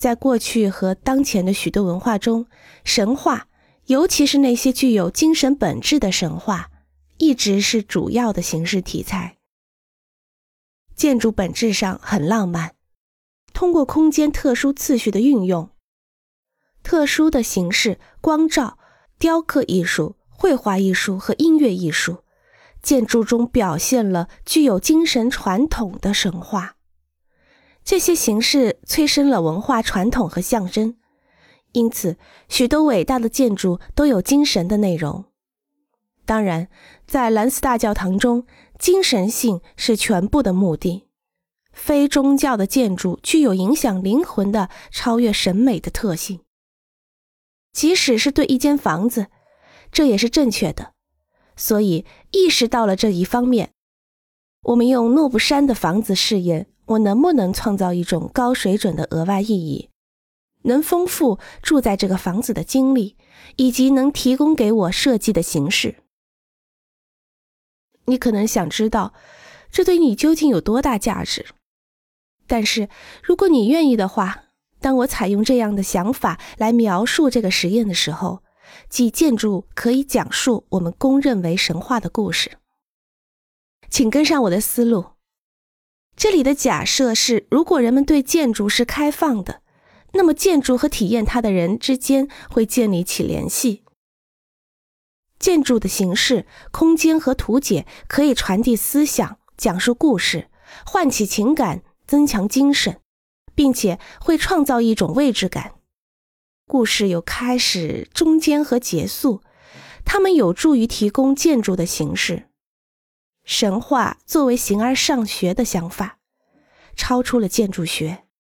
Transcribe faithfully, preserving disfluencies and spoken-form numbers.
在过去和当前的许多文化中，神话，尤其是那些具有精神本质的神话，一直是主要的形式题材。建筑本质上很浪漫，通过空间特殊次序的运用，特殊的形式、光照、雕刻艺术、绘画艺术和音乐艺术，建筑中表现了具有精神传统的神话。这些形式催生了文化传统和象征，因此许多伟大的建筑都有精神的内容。当然，在兰斯大教堂中，精神性是全部的目的。非宗教的建筑具有影响灵魂的超越审美的特性。即使是对一间房子，这也是正确的。所以意识到了这一方面，我们用诺布山的房子试验，我能不能创造一种高水准的额外意义，能丰富住在这个房子的经历，以及能提供给我设计的形式。你可能想知道，这对你究竟有多大价值？但是如果你愿意的话，当我采用这样的想法来描述这个实验的时候，即建筑可以讲述我们公认为神话的故事。请跟上我的思路。这里的假设是，如果人们对建筑是开放的，那么建筑和体验它的人之间会建立起联系。建筑的形式、空间和图解可以传递思想、讲述故事、唤起情感、增强精神，并且会创造一种位置感。故事有开始、中间和结束，它们有助于提供建筑的形式。神话作为形而上学的想法，超出了建筑学。